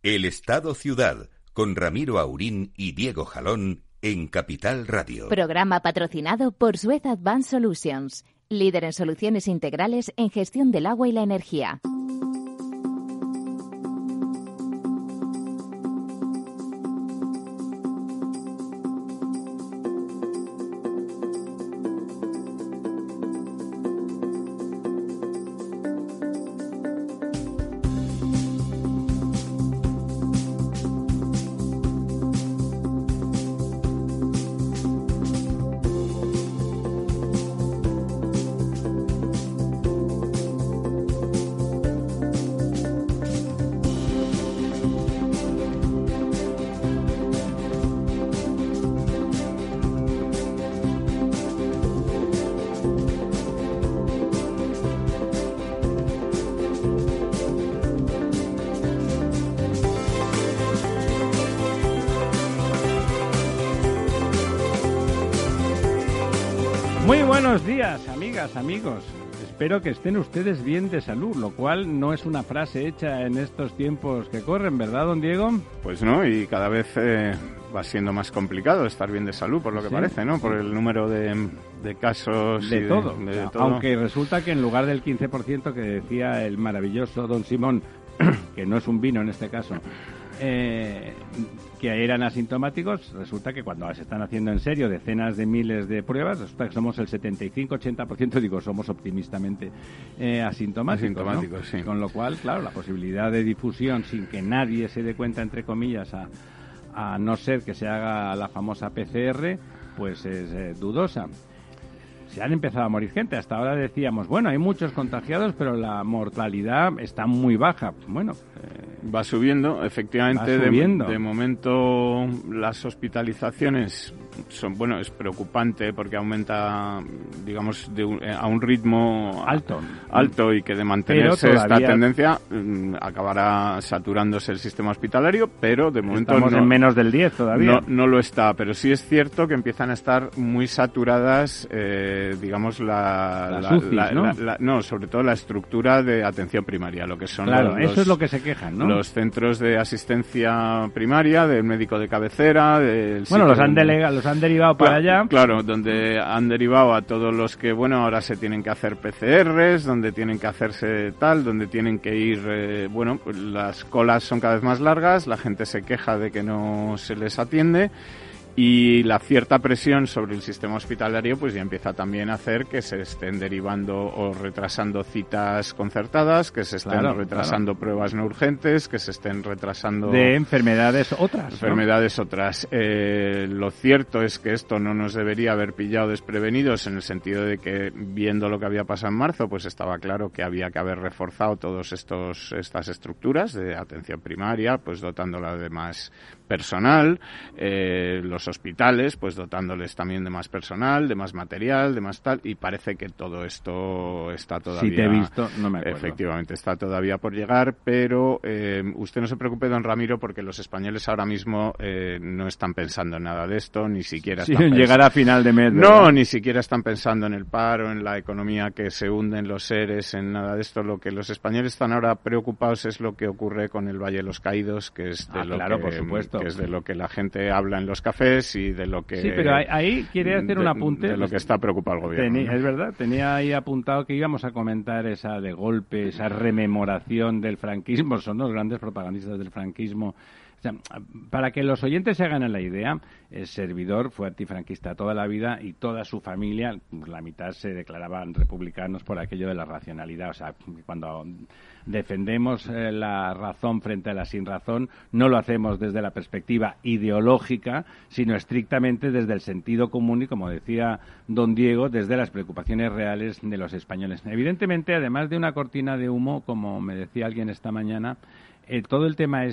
El Estado Ciudad, con Ramiro Aurín y Diego Jalón en Capital Radio. Programa patrocinado por Suez Advanced Solutions, líder en soluciones integrales en gestión del agua y la energía. Muy buenos días, amigas, amigos. Espero que estén ustedes bien de salud, lo cual no es una frase hecha en estos tiempos que corren, ¿verdad, don Diego? Pues no, y cada vez va siendo más complicado estar bien de salud, por lo que parece, ¿no? Por el número de casos de y todo. de todo. Aunque resulta que en lugar del 15% que decía el maravilloso don Simón, que no es un vino en este caso, que eran asintomáticos, resulta que cuando se están haciendo en serio decenas de miles de pruebas, resulta que somos el 75-80%, digo, somos optimistamente asintomáticos, ¿no? Sí. Con lo cual, claro, la posibilidad de difusión sin que nadie se dé cuenta, entre comillas, a no ser que se haga la famosa PCR, pues es dudosa. Se han empezado a morir gente. Hasta ahora decíamos, bueno, hay muchos contagiados, pero la mortalidad está muy baja. Bueno, va subiendo, efectivamente. Va subiendo. De momento las hospitalizaciones son, bueno, es preocupante porque aumenta, digamos, a un ritmo alto y que de mantenerse esta tendencia acabará saturándose el sistema hospitalario, pero de momento estamos en menos del 10 todavía. No lo está, pero sí es cierto que empiezan a estar muy saturadas, digamos, no, sobre todo la estructura de atención primaria, lo que son eso es lo que se quejan, ¿no? Los centros de asistencia primaria, del médico de cabecera, los han derivado para allá. Claro, donde han derivado a todos los que, bueno, ahora se tienen que hacer PCRs, donde tienen que hacerse tal, donde tienen que ir, pues las colas son cada vez más largas, la gente se queja de que no se les atiende. Y la cierta presión sobre el sistema hospitalario pues ya empieza también a hacer que se estén derivando o retrasando citas concertadas, que se estén retrasando pruebas no urgentes, que se estén retrasando... De enfermedades otras. Enfermedades otras. Lo cierto es que esto no nos debería haber pillado desprevenidos, en el sentido de que, viendo lo que había pasado en marzo, pues estaba claro que había que haber reforzado todas estas estructuras de atención primaria, pues dotándola de más personal, los hospitales, pues dotándoles también de más personal, de más material, de más tal, y parece que todo esto está todavía... Si te he visto, no me acuerdo. Efectivamente, está todavía por llegar, pero usted no se preocupe, don Ramiro, porque los españoles ahora mismo no están pensando en nada de esto, ni siquiera están llegará a final de mes, ¿verdad? No, ni siquiera están pensando en el paro, en la economía que se hunde, en los ERES, en nada de esto. Lo que los españoles están ahora preocupados es lo que ocurre con el Valle de los Caídos, que es de por supuesto. Que es de lo que la gente habla en los cafés y de lo que... Sí, pero ahí quiere hacer un apunte. De lo que está preocupado el gobierno. ¿no? Es verdad, tenía ahí apuntado que íbamos a comentar esa de golpe, esa rememoración del franquismo. Son los grandes propagandistas del franquismo. O sea, para que los oyentes se hagan la idea, el servidor fue antifranquista toda la vida y toda su familia, la mitad se declaraban republicanos por aquello de la racionalidad. O sea, cuando defendemos la razón frente a la sinrazón, no lo hacemos desde la perspectiva ideológica, sino estrictamente desde el sentido común y, como decía don Diego, desde las preocupaciones reales de los españoles. Evidentemente, además de una cortina de humo, como me decía alguien esta mañana, todo el tema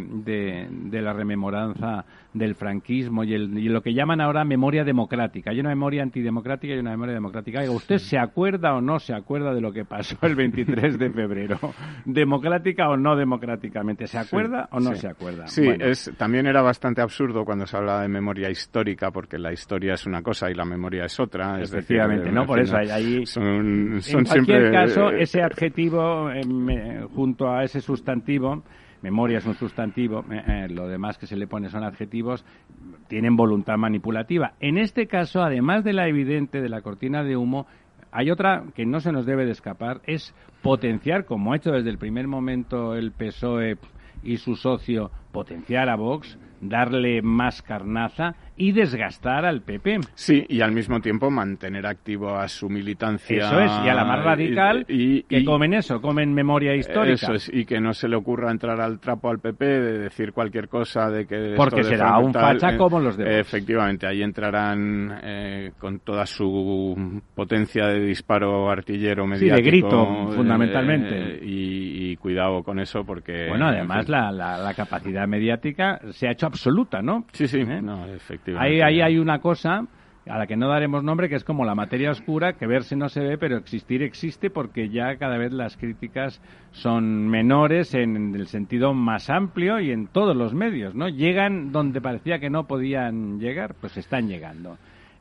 de la rememoranza del franquismo y lo que llaman ahora memoria democrática. Hay una memoria antidemocrática y una memoria democrática. Oiga, ¿usted se acuerda o no se acuerda de lo que pasó el 23 de febrero? ¿Democrática o no democráticamente? ¿Se acuerda o no se acuerda? Sí, bueno. También era bastante absurdo cuando se habla de memoria histórica, porque la historia es una cosa y la memoria es otra. Efectivamente, decir, ¿no? Por eso ahí... Son en cualquier caso, ese adjetivo junto a ese sustantivo memoria es un sustantivo, lo demás que se le pone son adjetivos, tienen voluntad manipulativa. En este caso, además de la evidente de la cortina de humo, hay otra que no se nos debe de escapar, es potenciar, como ha hecho desde el primer momento el PSOE y su socio, potenciar a Vox, darle más carnaza y desgastar al PP. Sí, y al mismo tiempo mantener activo a su militancia. Eso es, y a la más radical, que comen eso, comen memoria histórica. Eso es, y que no se le ocurra entrar al trapo al PP de decir cualquier cosa de que... Porque será un facha como los de Vox. Efectivamente, ahí entrarán con toda su potencia de disparo artillero mediático. Sí, de grito, fundamentalmente. Y cuidado con eso porque... Bueno, además la capacidad mediática se ha hecho absoluta, ¿no? Sí, no, efectivamente. Ahí hay una cosa a la que no daremos nombre, que es como la materia oscura, que verse no se ve, pero existir existe, porque ya cada vez las críticas son menores en el sentido más amplio y en todos los medios, ¿no? Llegan donde parecía que no podían llegar, pues están llegando.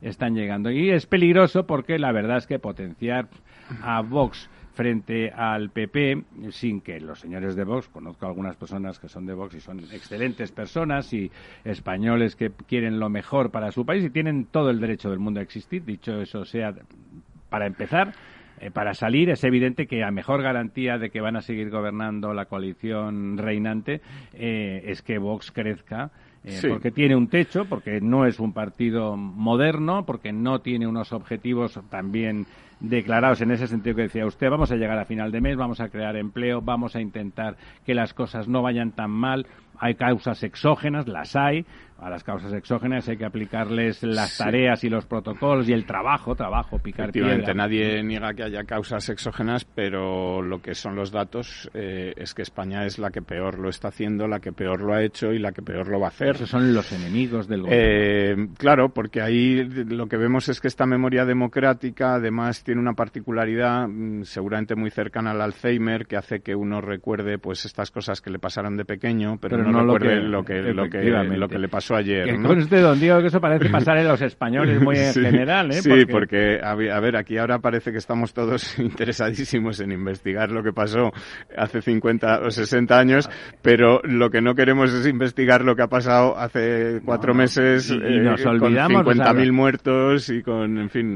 Y es peligroso porque la verdad es que potenciar a Vox frente al PP, sin que los señores de Vox, conozco a algunas personas que son de Vox y son excelentes personas y españoles que quieren lo mejor para su país y tienen todo el derecho del mundo a existir, dicho eso sea, para empezar, para salir es evidente que a mejor garantía de que van a seguir gobernando la coalición reinante es que Vox crezca. Sí. Porque tiene un techo, porque no es un partido moderno, porque no tiene unos objetivos también declarados en ese sentido que decía usted. Vamos a llegar a final de mes, vamos a crear empleo, vamos a intentar que las cosas no vayan tan mal. Hay causas exógenas, las hay. A las causas exógenas hay que aplicarles las tareas y los protocolos y el trabajo, picar piedra. Nadie niega que haya causas exógenas, pero lo que son los datos es que España es la que peor lo está haciendo, la que peor lo ha hecho y la que peor lo va a hacer. Esos son los enemigos del gobierno. Claro, porque ahí lo que vemos es que esta memoria democrática además tiene una particularidad seguramente muy cercana al Alzheimer, que hace que uno recuerde pues estas cosas que le pasaron de pequeño, pero no recuerde lo que le pasó ayer. Que ¿no? con usted, don Diego, que eso parece pasar en los españoles muy en general, ¿eh? Sí, porque a ver, aquí ahora parece que estamos todos interesadísimos en investigar lo que pasó hace 50 o 60 años, pero lo que no queremos es investigar lo que ha pasado hace 4 meses y nos olvidamos, con 50.000 muertos y con, en fin...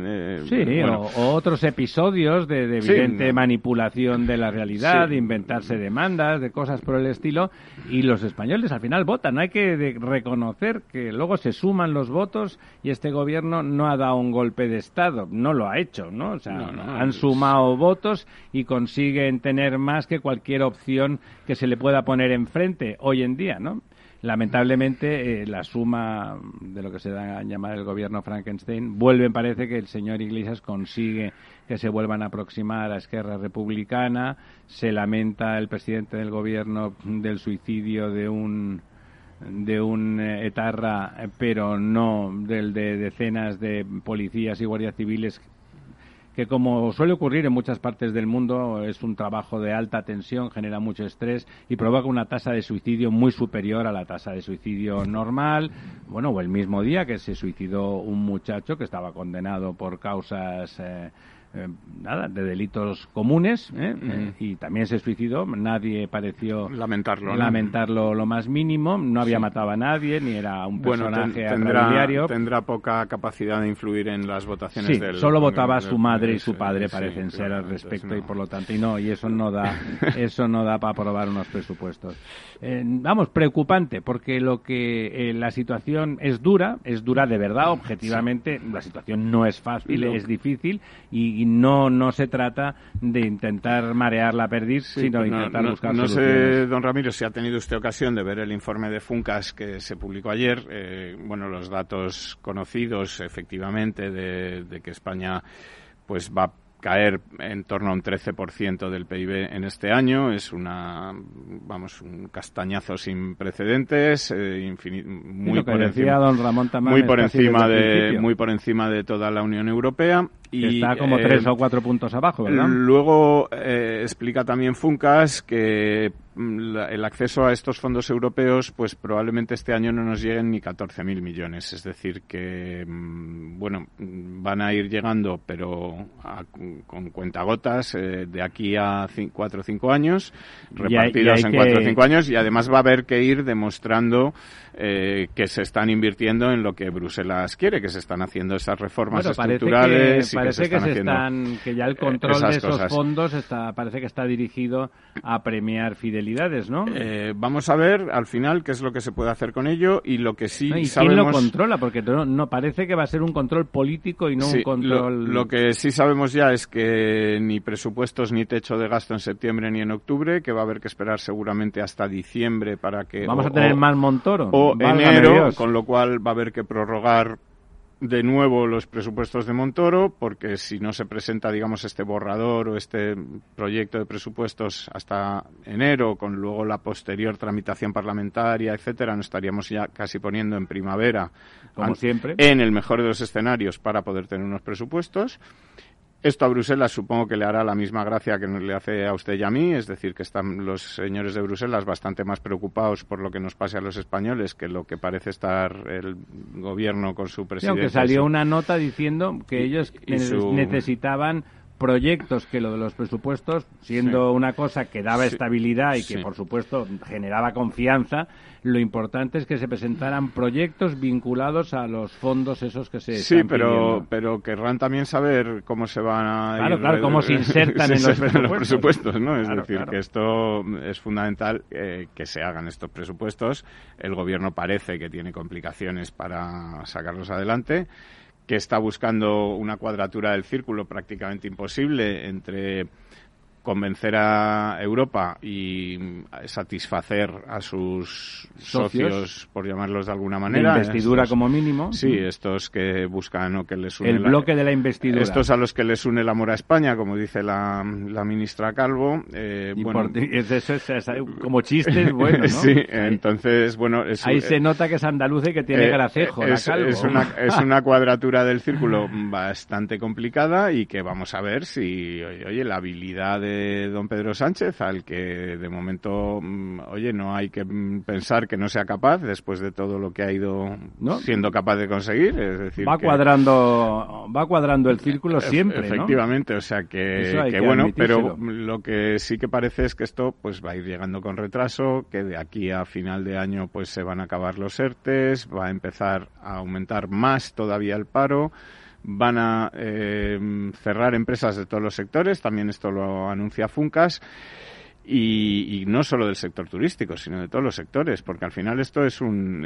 o otros episodios de evidente manipulación de la realidad, de inventarse demandas, de cosas por el estilo, y los españoles al final votan. Hay que reconocer que luego se suman los votos y este gobierno no ha dado un golpe de Estado, no lo ha hecho, ¿no? O sea, han sumado votos y consiguen tener más que cualquier opción que se le pueda poner enfrente hoy en día, ¿no? Lamentablemente, la suma de lo que se da a llamar el gobierno Frankenstein parece que el señor Iglesias consigue que se vuelvan a aproximar a Esquerra Republicana. Se lamenta el presidente del gobierno del suicidio de un etarra, pero no del de decenas de policías y guardias civiles, que como suele ocurrir en muchas partes del mundo es un trabajo de alta tensión, genera mucho estrés y provoca una tasa de suicidio muy superior a la tasa de suicidio normal. Bueno, o el mismo día que se suicidó un muchacho que estaba condenado por causas de delitos comunes, y también se suicidó. Nadie pareció lamentarlo lo más mínimo. No había matado a nadie, ni era un personaje atrabiliario. Tendrá poca capacidad de influir en las votaciones del... solo votaba su madre y su padre, parecen ser al respecto, y por lo tanto, y eso no da para aprobar unos presupuestos. Preocupante, porque la situación es dura de verdad, objetivamente. La situación no es fácil, es difícil, y no se trata de intentar marear la perdiz, sino de intentar buscar soluciones. No sé, don Ramiro, si ha tenido usted ocasión de ver el informe de Funcas que se publicó ayer. Los datos conocidos, efectivamente, de que España pues va a caer en torno a un 13% del PIB en este año. Es un castañazo sin precedentes, muy por encima de toda la Unión Europea. Y, está como 3 o 4 puntos abajo, ¿verdad? Luego explica también Funcas que el acceso a estos fondos europeos pues probablemente este año no nos lleguen ni 14.000 millones. Es decir, que bueno, van a ir llegando, pero con cuentagotas de aquí a 4 o 5 años, repartidos en 4 o 5 años, y además va a haber que ir demostrando que se están invirtiendo en lo que Bruselas quiere, que se están haciendo esas reformas estructurales. Parece que ya el control de esos fondos parece que está dirigido a premiar fidelidades, ¿no? Vamos a ver al final qué es lo que se puede hacer con ello, y lo que sí ¿Y sabemos... quién lo controla? Porque no parece que va a ser un control político y no un control... Lo que sí sabemos ya es que ni presupuestos ni techo de gasto en septiembre ni en octubre, que va a haber que esperar seguramente hasta diciembre para que... Vamos a tener más Montoro. O enero, Dios. Con lo cual va a haber que prorrogar de nuevo los presupuestos de Montoro, porque si no se presenta, digamos, este borrador o este proyecto de presupuestos hasta enero, con luego la posterior tramitación parlamentaria, etcétera, nos estaríamos ya casi poniendo en primavera, como siempre, en el mejor de los escenarios, para poder tener unos presupuestos. Esto a Bruselas supongo que le hará la misma gracia que le hace a usted y a mí, es decir, que están los señores de Bruselas bastante más preocupados por lo que nos pase a los españoles que lo que parece estar el gobierno con su presidente. Aunque salió una nota diciendo que ellos necesitaban proyectos, que lo de los presupuestos, siendo una cosa que daba estabilidad y que, por supuesto, generaba confianza, lo importante es que se presentaran proyectos vinculados a los fondos esos que se están pidiendo. pero querrán también saber cómo se van a Claro, cómo se insertan en los presupuestos, ¿no? Es decir, claro. que esto es fundamental, que se hagan estos presupuestos. El gobierno parece que tiene complicaciones para sacarlos adelante, que está buscando una cuadratura del círculo prácticamente imposible entre convencer a Europa y satisfacer a sus socios, por llamarlos de alguna manera. De investidura como mínimo. Sí, estos que buscan o que les une... El bloque de la investidura. Estos a los que les une el amor a España, como dice la ministra Calvo. Eso es como chistes, bueno, ¿no? Sí, entonces, bueno... Ahí se nota que es andaluza y que tiene gracejo, la Calvo. Es una cuadratura del círculo bastante complicada, y que vamos a ver si, oye, la habilidad de don Pedro Sánchez, al que de momento, no hay que pensar que no sea capaz después de todo lo que ha ido siendo capaz de conseguir, es decir, va cuadrando el círculo siempre, efectivamente, ¿no? O sea que bueno, pero lo que sí que parece es que esto pues va a ir llegando con retraso, que de aquí a final de año pues se van a acabar los ERTEs, va a empezar a aumentar más todavía el paro. Van a cerrar empresas de todos los sectores, también esto lo anuncia Funcas, y no solo del sector turístico, sino de todos los sectores, porque al final esto es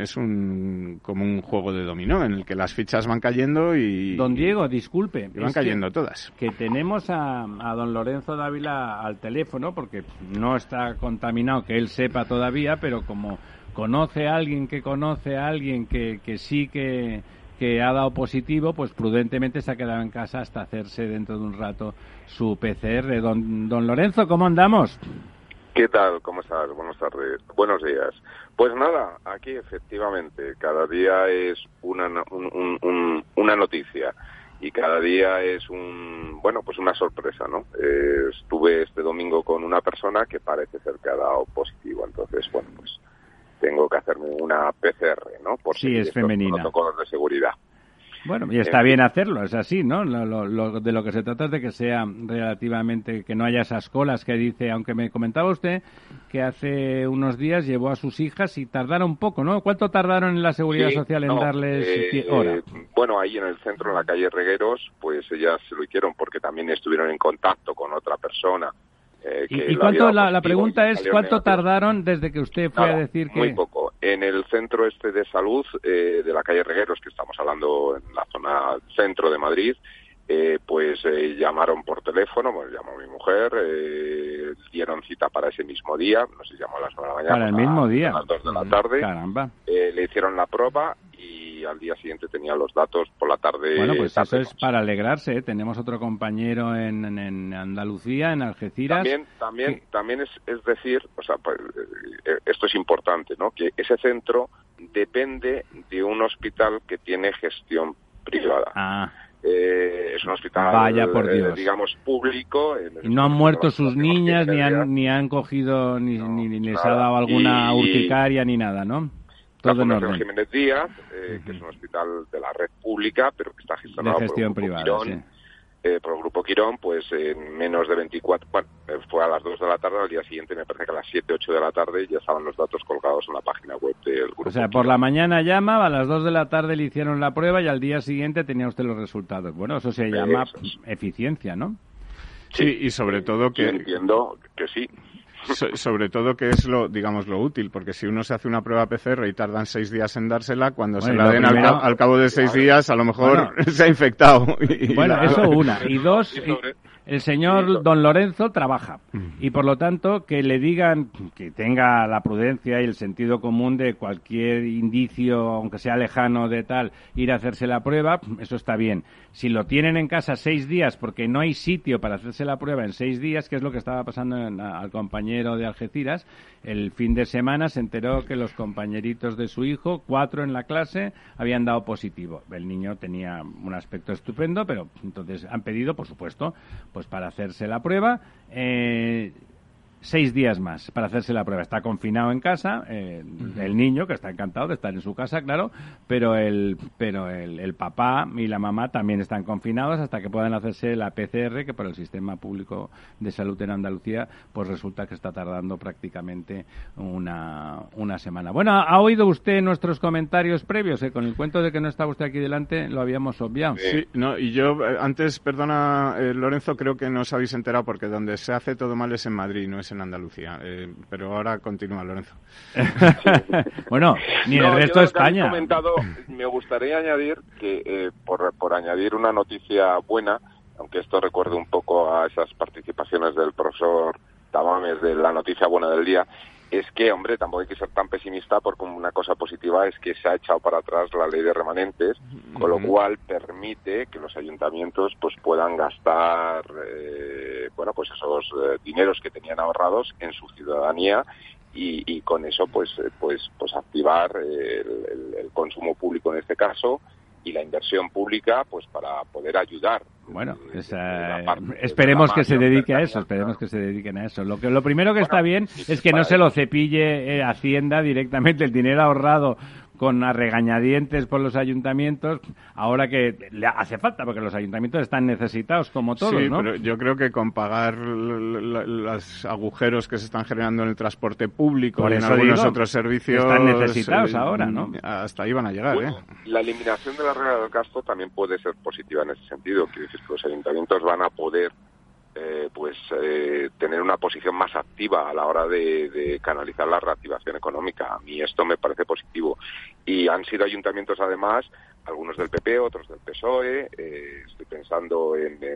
como un juego de dominó en el que las fichas van cayendo y... Don Diego, disculpe. Van cayendo todas. Que tenemos a don Lorenzo Dávila al teléfono, porque no está contaminado, que él sepa todavía, pero como conoce a alguien que sí que ha dado positivo, pues prudentemente se ha quedado en casa hasta hacerse dentro de un rato su PCR. Don Lorenzo, ¿cómo andamos? ¿Qué tal? ¿Cómo estás? Buenas tardes. Buenos días. Pues nada, aquí efectivamente cada día es una noticia, y cada día es una sorpresa, ¿no? Estuve este domingo con una persona que parece ser que ha dado positivo, entonces, pues tengo que hacerme una PCR, ¿no? Por sí, es femenina. Protocolos de seguridad. Bueno, y está bien hacerlo, es así, ¿no? De lo que se trata es de que sea relativamente, que no haya esas colas que dice, aunque me comentaba usted que hace unos días llevó a sus hijas y tardaron un poco, ¿no? ¿Cuánto tardaron en la Seguridad Social en darles hora? Bueno, ahí en el centro, en la calle Regueros, pues ellas se lo hicieron porque también estuvieron en contacto con otra persona. ¿Y cuánto, la pregunta es, cuánto tardaron desde que usted fue a decir que...? Muy poco. En el centro de salud de la calle Regueros, que estamos hablando en la zona centro de Madrid, llamaron por teléfono, llamó mi mujer, dieron cita para ese mismo día, no sé si llamó a las 9 de la mañana. Para el mismo día. A las 2 de la tarde. Caramba. Le hicieron la prueba y al día siguiente tenía los datos por la tarde. Bueno, pues eso es para alegrarse, ¿eh? Tenemos otro compañero en Andalucía, en Algeciras. También es decir, o sea, pues, esto es importante, ¿no? Que ese centro depende de un hospital que tiene gestión privada. es un hospital, vaya por Dios, digamos, público. Y no han muerto sus niñas, ni han cogido, ni les ha dado alguna urticaria, ni nada, ¿no? Todo en orden. Jiménez Díaz, que es un hospital de la red pública, pero que está gestionado de gestión por el Grupo privada, Quirón. Por el Grupo Quirón, pues en menos de 24, fue a las 2 de la tarde, al día siguiente me parece que a las 7, 8 de la tarde ya estaban los datos colgados en la página web del Grupo O sea, Quirón. por la mañana llama, a las 2 de la tarde le hicieron la prueba y al día siguiente tenía usted los resultados. Bueno, eso se llama eficiencia, ¿no? Sí, y sobre todo que... Yo entiendo que sí. Sobre todo que es lo útil, porque si uno se hace una prueba PCR y tardan 6 días en dársela, cuando se la den al cabo de 6 días, a lo mejor se ha infectado. Eso una. Y dos, el señor don Lorenzo trabaja. Y por lo tanto, que le digan que tenga la prudencia y el sentido común de cualquier indicio, aunque sea lejano de tal, ir a hacerse la prueba, eso está bien. Si lo tienen en casa 6 días porque no hay sitio para hacerse la prueba en 6 días, que es lo que estaba pasando al compañero de Algeciras, el fin de semana se enteró que los compañeritos de su hijo, 4 en la clase, habían dado positivo. El niño tenía un aspecto estupendo, pero entonces han pedido, por supuesto, pues para hacerse la prueba, 6 días más para hacerse la prueba. Está confinado en casa, el niño, que está encantado de estar en su casa, claro, pero el papá y la mamá también están confinados hasta que puedan hacerse la PCR, que por el Sistema Público de Salud en Andalucía, pues resulta que está tardando prácticamente una semana. Bueno, ¿ha oído usted nuestros comentarios previos? Con el cuento de que no estaba usted aquí delante, lo habíamos obviado. Sí, no, y yo antes, perdona, Lorenzo, creo que no os habéis enterado porque donde se hace todo mal es en Madrid, no es en Andalucía, pero ahora continúa, Lorenzo. Bueno, ni en el resto de España. Me gustaría añadir que, por añadir una noticia buena, aunque esto recuerde un poco a esas participaciones del profesor Tamames de la noticia buena del día, es que, hombre, tampoco hay que ser tan pesimista porque una cosa positiva es que se ha echado para atrás la ley de remanentes, con lo cual permite que los ayuntamientos pues puedan gastar pues esos dineros que tenían ahorrados en su ciudadanía y con eso pues activar el consumo público en este caso y la inversión pública pues para poder ayudar. Bueno, esperemos que se dedique a eso, esperemos que se dediquen a eso. Lo primero que está bien es que no se lo cepille Hacienda directamente el dinero ahorrado con regañadientes por los ayuntamientos, ahora que le hace falta, porque los ayuntamientos están necesitados como todos, sí, ¿no? Pero yo creo que con pagar los agujeros que se están generando en el transporte público y en algunos otros servicios... Están necesitados ahora, ¿no? Hasta ahí van a llegar, bueno, la eliminación de la regla del gasto también puede ser positiva en ese sentido. Quiere decir que los ayuntamientos van a poder tener una posición más activa a la hora de canalizar la reactivación económica. A mí esto me parece positivo. Y han sido ayuntamientos, además, algunos del PP, otros del PSOE. Estoy pensando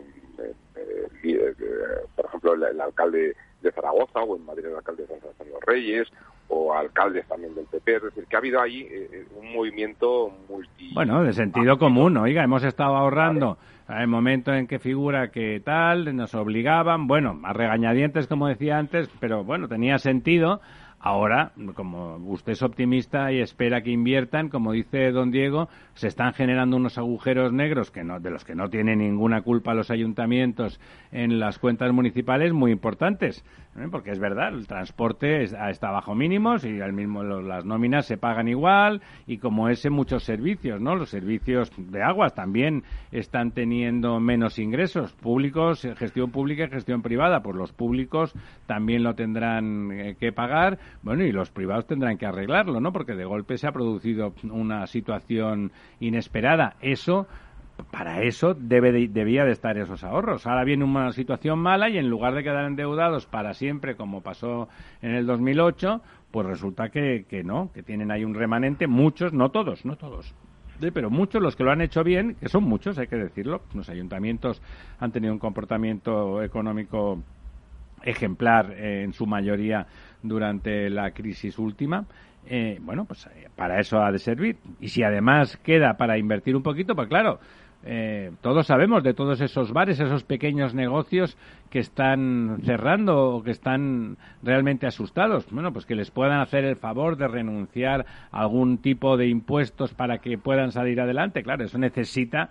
por ejemplo, el alcalde de Zaragoza, o en Madrid el alcalde de San Sebastián de los Reyes, o alcaldes también del PP. Es decir, que ha habido ahí un movimiento Bueno, de sentido común. Oiga, hemos estado ahorrando... En el momento en que figura que tal, nos obligaban, bueno, a regañadientes, como decía antes, pero bueno, tenía sentido. Ahora, como usted es optimista y espera que inviertan, como dice don Diego, se están generando unos agujeros negros de los que no tienen ninguna culpa los ayuntamientos en las cuentas municipales muy importantes, porque es verdad, el transporte está bajo mínimos y las nóminas se pagan igual, y como ese muchos servicios, ¿no? Los servicios de aguas también están teniendo menos ingresos públicos, gestión pública y gestión privada, pues los públicos también lo tendrán que pagar. Bueno, y los privados tendrán que arreglarlo, ¿no? Porque de golpe se ha producido una situación inesperada. Para eso debía de estar esos ahorros. Ahora viene una situación mala y en lugar de quedar endeudados para siempre, como pasó en el 2008, pues resulta que no, que tienen ahí un remanente, muchos, no todos, pero muchos, los que lo han hecho bien, que son muchos, hay que decirlo. Los ayuntamientos han tenido un comportamiento económico ejemplar en su mayoría durante la crisis última. Pues para eso ha de servir. Y si además queda para invertir un poquito, pues claro, todos sabemos de todos esos bares, esos pequeños negocios que están cerrando o que están realmente asustados. Bueno, pues que les puedan hacer el favor de renunciar a algún tipo de impuestos para que puedan salir adelante. Claro, eso necesita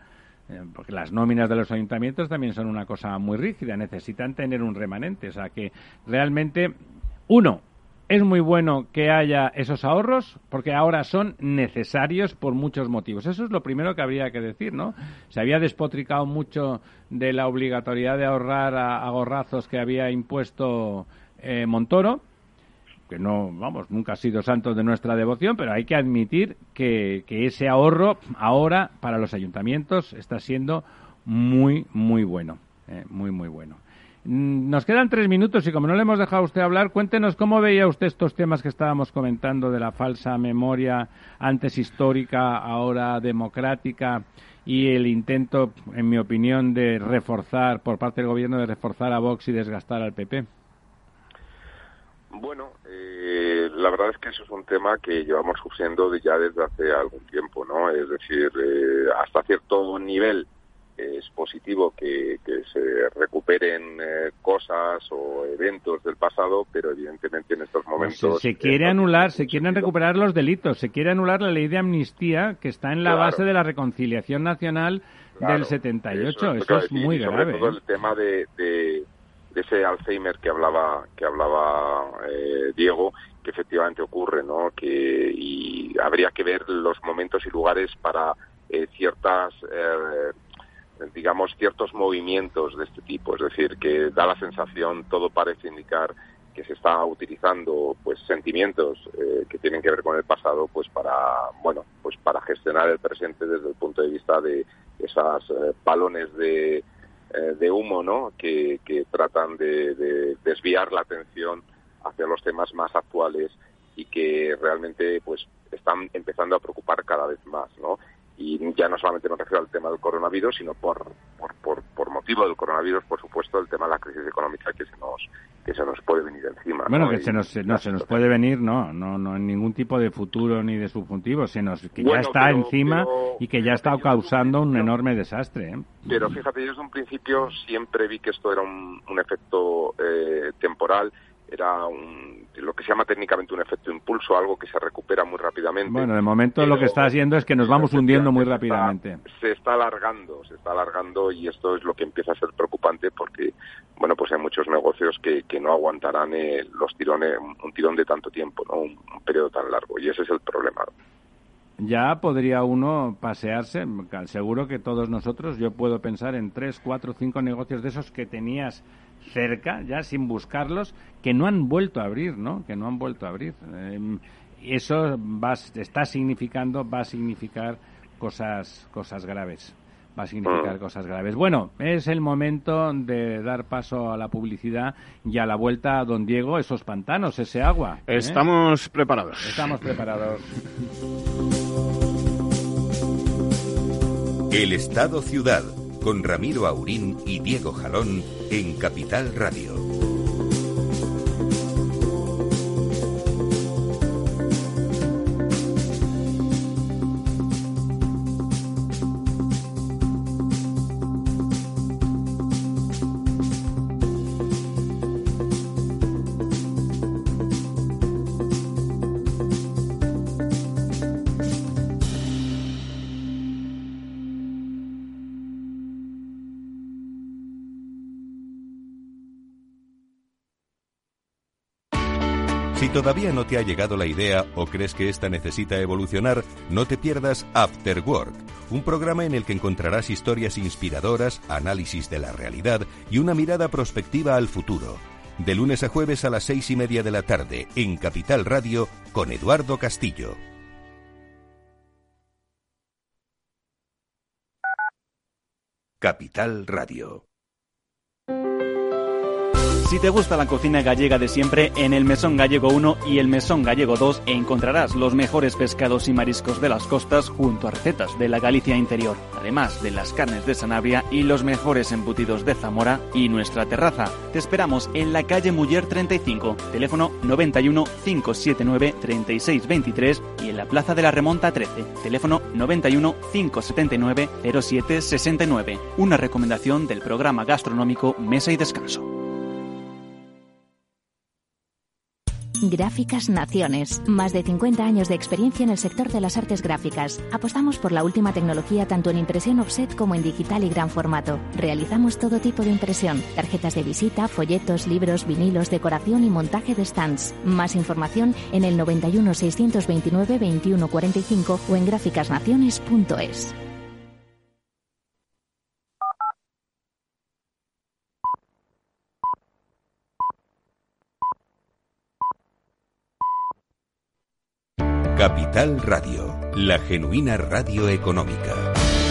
porque las nóminas de los ayuntamientos también son una cosa muy rígida, necesitan tener un remanente. O sea que realmente, es muy bueno que haya esos ahorros porque ahora son necesarios por muchos motivos. Eso es lo primero que habría que decir, ¿no? Se había despotricado mucho de la obligatoriedad de ahorrar a gorrazos que había impuesto Montoro, que nunca ha sido santo de nuestra devoción, pero hay que admitir que ese ahorro ahora para los ayuntamientos está siendo muy, muy bueno. Muy, muy bueno. Nos quedan 3 minutos y como no le hemos dejado a usted hablar, cuéntenos cómo veía usted estos temas que estábamos comentando de la falsa memoria, antes histórica, ahora democrática, y el intento, en mi opinión, de reforzar, por parte del gobierno, de reforzar a Vox y desgastar al PP. Bueno, la verdad es que eso es un tema que llevamos sufriendo ya desde hace algún tiempo, ¿no? Es decir, hasta cierto nivel es positivo que se recuperen cosas o eventos del pasado, pero evidentemente en estos momentos... Se quiere anular, se quieren recuperar los delitos, se quiere anular la ley de amnistía que está en la base de la reconciliación nacional del 78. Eso es muy grave. Sobre todo el tema de ese Alzheimer que hablaba Diego, que efectivamente ocurre, ¿no? Y habría que ver los momentos y lugares para ciertos movimientos de este tipo. Es decir, que da la sensación, todo parece indicar que se está utilizando pues sentimientos que tienen que ver con el pasado pues para gestionar el presente desde el punto de vista de esas balones de humo, ¿no? que tratan de desviar la atención hacia los temas más actuales y que realmente pues están empezando a preocupar cada vez más, ¿no? Y ya no solamente me refiero al tema del coronavirus, sino por motivo del coronavirus, por supuesto, el tema de la crisis económica que se nos puede venir encima. Bueno, ¿no? que se nos puede venir, no en ningún tipo de futuro ni de subjuntivo, ya está encima y que ya está causando un enorme desastre. Pero fíjate, yo desde un principio siempre vi que esto era un efecto temporal, era lo que se llama técnicamente un efecto impulso, algo que se recupera muy rápidamente. Bueno, de momento lo que está haciendo es que nos vamos hundiendo muy rápidamente. Se está alargando y esto es lo que empieza a ser preocupante porque, bueno, pues hay muchos negocios que no aguantarán los tirones, un tirón de tanto tiempo, ¿no? Un periodo tan largo, y ese es el problema. Ya podría uno pasearse, seguro que todos nosotros, yo puedo pensar en 3, 4, 5 negocios de esos que tenías cerca, ya sin buscarlos, que no han vuelto a abrir, ¿no? Eso va a significar cosas graves. Cosas graves. Bueno, es el momento de dar paso a la publicidad y a la vuelta a don Diego, esos pantanos, ese agua. Estamos preparados. El Estado Ciudad, con Ramiro Aurín y Diego Jalón en Capital Radio. Si todavía no te ha llegado la idea o crees que esta necesita evolucionar, no te pierdas After Work, un programa en el que encontrarás historias inspiradoras, análisis de la realidad y una mirada prospectiva al futuro. De lunes a jueves a las 6:30 de la tarde, en Capital Radio, con Eduardo Castillo. Capital Radio. Si te gusta la cocina gallega de siempre, en el Mesón Gallego 1 y el Mesón Gallego 2 encontrarás los mejores pescados y mariscos de las costas junto a recetas de la Galicia interior, además de las carnes de Sanabria y los mejores embutidos de Zamora y nuestra terraza. Te esperamos en la calle Muller 35, teléfono 91 579 3623 y en la Plaza de la Remonta 13, teléfono 91 579 0769. Una recomendación del programa gastronómico Mesa y Descanso. Gráficas Naciones. Más de 50 años de experiencia en el sector de las artes gráficas. Apostamos por la última tecnología tanto en impresión offset como en digital y gran formato. Realizamos todo tipo de impresión. Tarjetas de visita, folletos, libros, vinilos, decoración y montaje de stands. Más información en el 91 629 21 45 o en gráficasnaciones.es. Capital Radio, la genuina radio económica.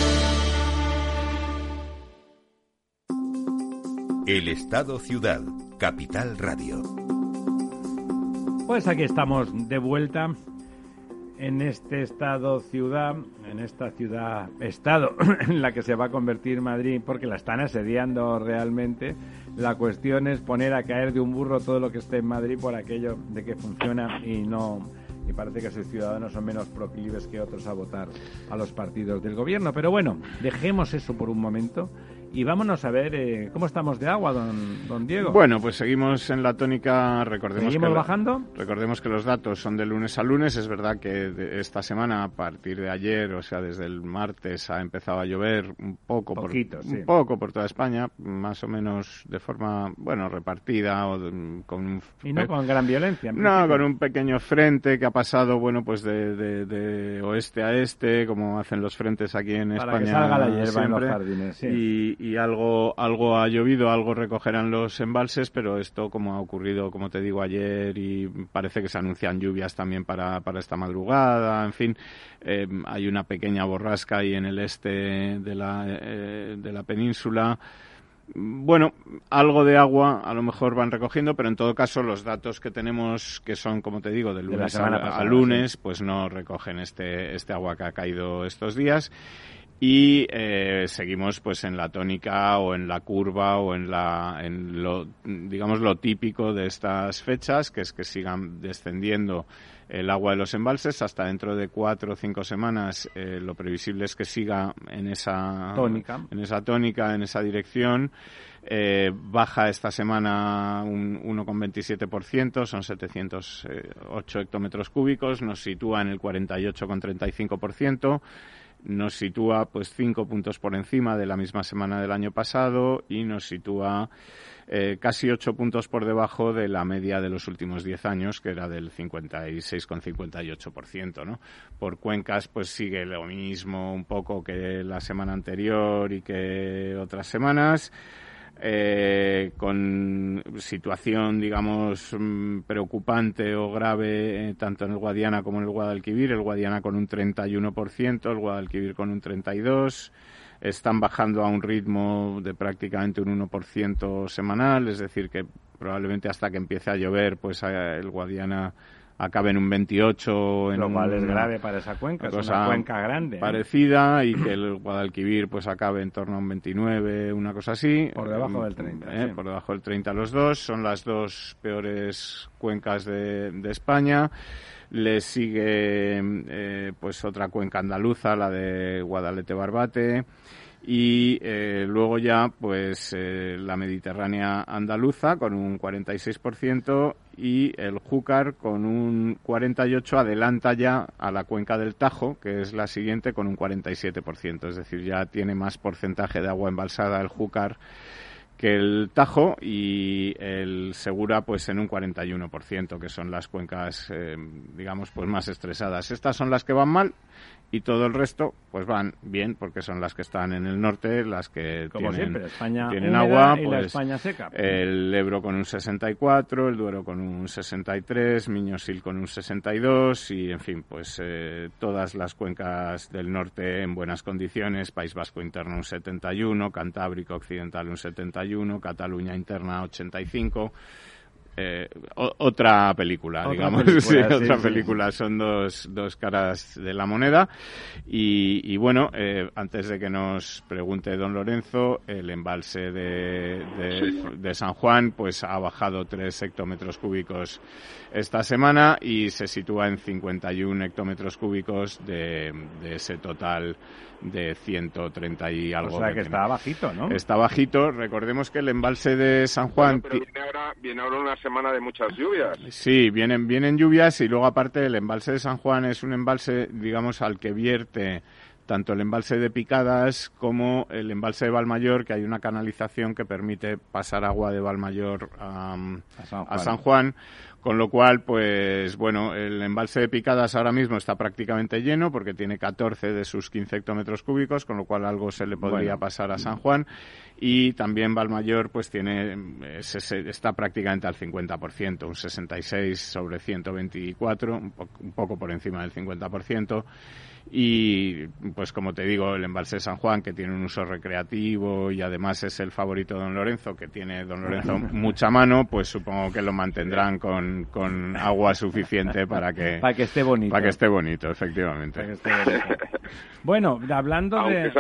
El Estado Ciudad, Capital Radio. Pues aquí estamos de vuelta en este Estado Ciudad, en esta ciudad-estado en la que se va a convertir Madrid, porque la están asediando realmente. La cuestión es poner a caer de un burro todo lo que esté en Madrid por aquello de que funciona y parece que sus ciudadanos son menos proclives que otros a votar a los partidos del gobierno. Pero bueno, dejemos eso por un momento y vámonos a ver cómo estamos de agua, don Diego. Bueno, pues seguimos en la tónica. ¿Seguimos bajando? Recordemos que los datos son de lunes a lunes. Es verdad que esta semana, a partir de ayer, o sea, desde el martes, ha empezado a llover un poco por toda España, más o menos de forma, repartida o con no con gran violencia. No, con un pequeño frente que ha pasado, pues de oeste a este, como hacen los frentes aquí en España. Para que salga la hierba en los jardines, sí. Y algo ha llovido, algo recogerán los embalses, pero esto, como ha ocurrido, como te digo, ayer, y parece que se anuncian lluvias también para esta madrugada, en fin, hay una pequeña borrasca ahí en el este de la península. Bueno, algo de agua a lo mejor van recogiendo, pero en todo caso los datos que tenemos, que son, como te digo, de lunes a lunes, pues no recogen este agua que ha caído estos días. Y seguimos pues en la tónica o en la curva o en lo típico de estas fechas, que es que sigan descendiendo el agua de los embalses. Hasta dentro de 4 o 5 semanas lo previsible es que siga en esa tónica, en esa dirección. Baja esta semana un 1,27%, son 708 hectómetros cúbicos, nos sitúa en el 48,35%. Nos sitúa pues 5 puntos por encima de la misma semana del año pasado y nos sitúa casi 8 puntos por debajo de la media de los últimos 10 años, que era del 56,58%, ¿no? Por cuencas pues sigue lo mismo un poco que la semana anterior y que otras semanas. Con situación, digamos, preocupante o grave tanto en el Guadiana como en el Guadalquivir. El Guadiana con un 31%, el Guadalquivir con un 32%. Están bajando a un ritmo de prácticamente un 1% semanal, es decir, que probablemente hasta que empiece a llover, pues el Guadiana acabe en un 28. Lo cual es grave para esa cuenca, es una cuenca grande. Parecida, y que el Guadalquivir pues acabe en torno a un 29, una cosa así. Por debajo del 30. Sí. Por debajo del 30 los dos. Son las dos peores cuencas de España. Le sigue pues otra cuenca andaluza, la de Guadalete-Barbate. Y luego ya pues la Mediterránea andaluza con un 46% y el Júcar con un 48%, adelanta ya a la cuenca del Tajo, que es la siguiente, con un 47%, es decir, ya tiene más porcentaje de agua embalsada el Júcar que el Tajo, y el Segura pues en un 41%, que son las cuencas digamos pues más estresadas. Estas son las que van mal y todo el resto pues van bien, porque son las que están en el norte, las que tienen agua, y pues la España seca. El Ebro con un 64, el Duero con un 63, Miño-Sil con un 62 y en fin, pues todas las cuencas del norte en buenas condiciones. País Vasco interno un 71, Cantábrico occidental un 71, Cataluña interna 85. Otra película, digamos. Otra película. Son dos caras de la moneda. Y bueno, antes de que nos pregunte don Lorenzo, el embalse de San Juan pues ha bajado 3 hectómetros cúbicos esta semana y se sitúa en 51 hectómetros cúbicos de ese total de 130 y algo. O sea que está bajito, ¿no? Está bajito. Recordemos que el embalse de San Juan... Bueno, pero viene ahora una semana de muchas lluvias. Sí, vienen lluvias y luego aparte el embalse de San Juan es un embalse, digamos, al que vierte tanto el embalse de Picadas como el embalse de Valmayor, que hay una canalización que permite pasar agua de Valmayor a San Juan. Con lo cual, pues bueno, el embalse de Picadas ahora mismo está prácticamente lleno porque tiene 14 de sus 15 hectómetros cúbicos, con lo cual algo se le podría pasar a San Juan. Y también Valmayor pues está prácticamente al 50%, un 66 sobre 124, un poco por encima del 50%. Y pues como te digo, el embalse de San Juan, que tiene un uso recreativo y además es el favorito de Don Lorenzo, que tiene Don Lorenzo mucha mano, pues supongo que lo mantendrán con agua suficiente para que esté bonito. Para que esté bonito, efectivamente. Para que esté bonito. Bueno, hablando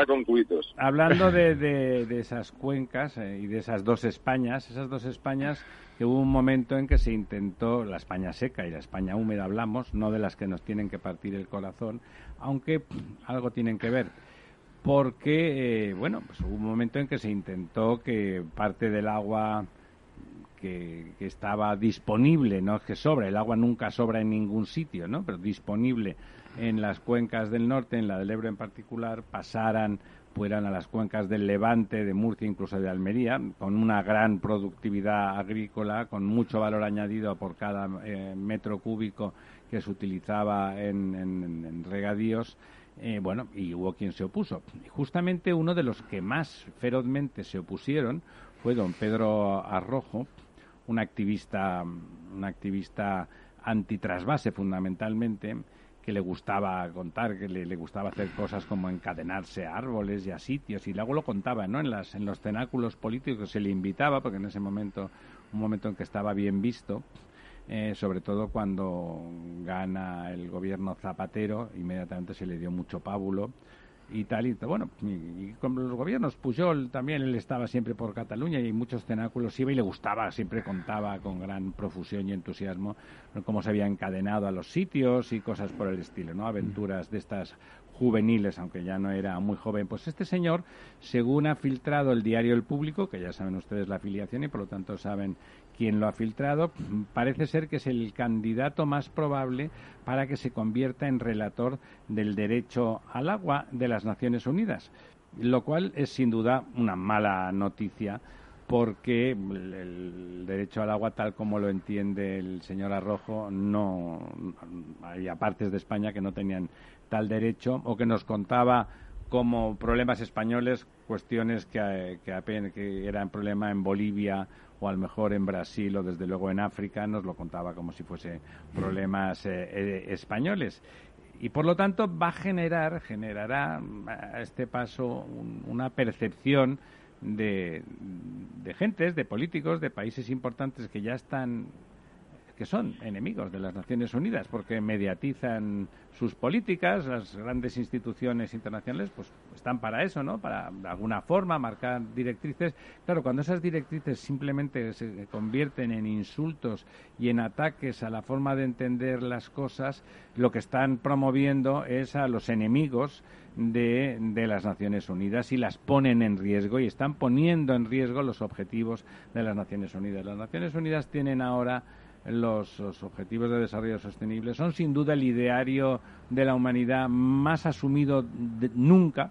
de esas cuencas y de esas dos Españas que hubo un momento en que se intentó, la España seca y la España húmeda hablamos, no de las que nos tienen que partir el corazón, aunque algo tienen que ver, porque, pues hubo un momento en que se intentó que parte del agua que estaba disponible, no es que sobra, el agua nunca sobra en ningún sitio, ¿no?, pero disponible en las cuencas del norte, en la del Ebro en particular, fueran a las cuencas del Levante, de Murcia, incluso de Almería, con una gran productividad agrícola, con mucho valor añadido por cada metro cúbico que se utilizaba en regadíos, y hubo quien se opuso. Y justamente uno de los que más ferozmente se opusieron fue don Pedro Arrojo, un activista antitrasvase fundamentalmente, que le gustaba contar, que le gustaba hacer cosas como encadenarse a árboles y a sitios, y luego lo contaba, ¿no?, en los cenáculos políticos se le invitaba, porque en ese momento, un momento en que estaba bien visto, sobre todo cuando gana el gobierno Zapatero, inmediatamente se le dio mucho pábulo y tal, y con los gobiernos Pujol también, él estaba siempre por Cataluña y muchos cenáculos iba y le gustaba, siempre contaba con gran profusión y entusiasmo cómo se había encadenado a los sitios y cosas por el estilo, ¿no?, aventuras de estas juveniles, aunque ya no era muy joven. Pues este señor, según ha filtrado el diario El Público, que ya saben ustedes la afiliación y por lo tanto saben quién lo ha filtrado, parece ser que es el candidato más probable para que se convierta en relator del derecho al agua de las Naciones Unidas, lo cual es sin duda una mala noticia, porque el derecho al agua, tal como lo entiende el señor Arrojo, no había partes de España que no tenían tal derecho, o que nos contaba como problemas españoles cuestiones que eran problema en Bolivia o a lo mejor en Brasil o desde luego en África, nos lo contaba como si fuese problemas españoles. Y por lo tanto generará a este paso una percepción de gentes, de políticos, de países importantes que son enemigos de las Naciones Unidas porque mediatizan sus políticas. Las grandes instituciones internacionales pues están para eso, ¿no?, para de alguna forma marcar directrices. Claro, cuando esas directrices simplemente se convierten en insultos y en ataques a la forma de entender las cosas, lo que están promoviendo es a los enemigos de las Naciones Unidas y las ponen en riesgo y están poniendo en riesgo los objetivos de las Naciones Unidas. Las Naciones Unidas tienen ahora los objetivos de desarrollo sostenible, son sin duda el ideario de la humanidad más asumido nunca.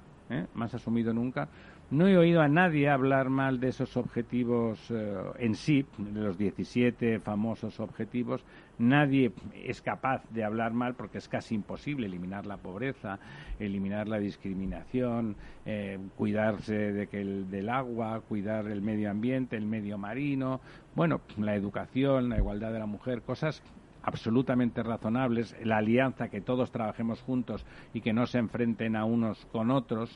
No he oído a nadie hablar mal de esos objetivos en sí, de los 17 famosos objetivos. Nadie es capaz de hablar mal porque es casi imposible eliminar la pobreza, eliminar la discriminación, cuidarse del agua, cuidar el medio ambiente, el medio marino, la educación, la igualdad de la mujer, cosas absolutamente razonables, la alianza, que todos trabajemos juntos y que no se enfrenten a unos con otros.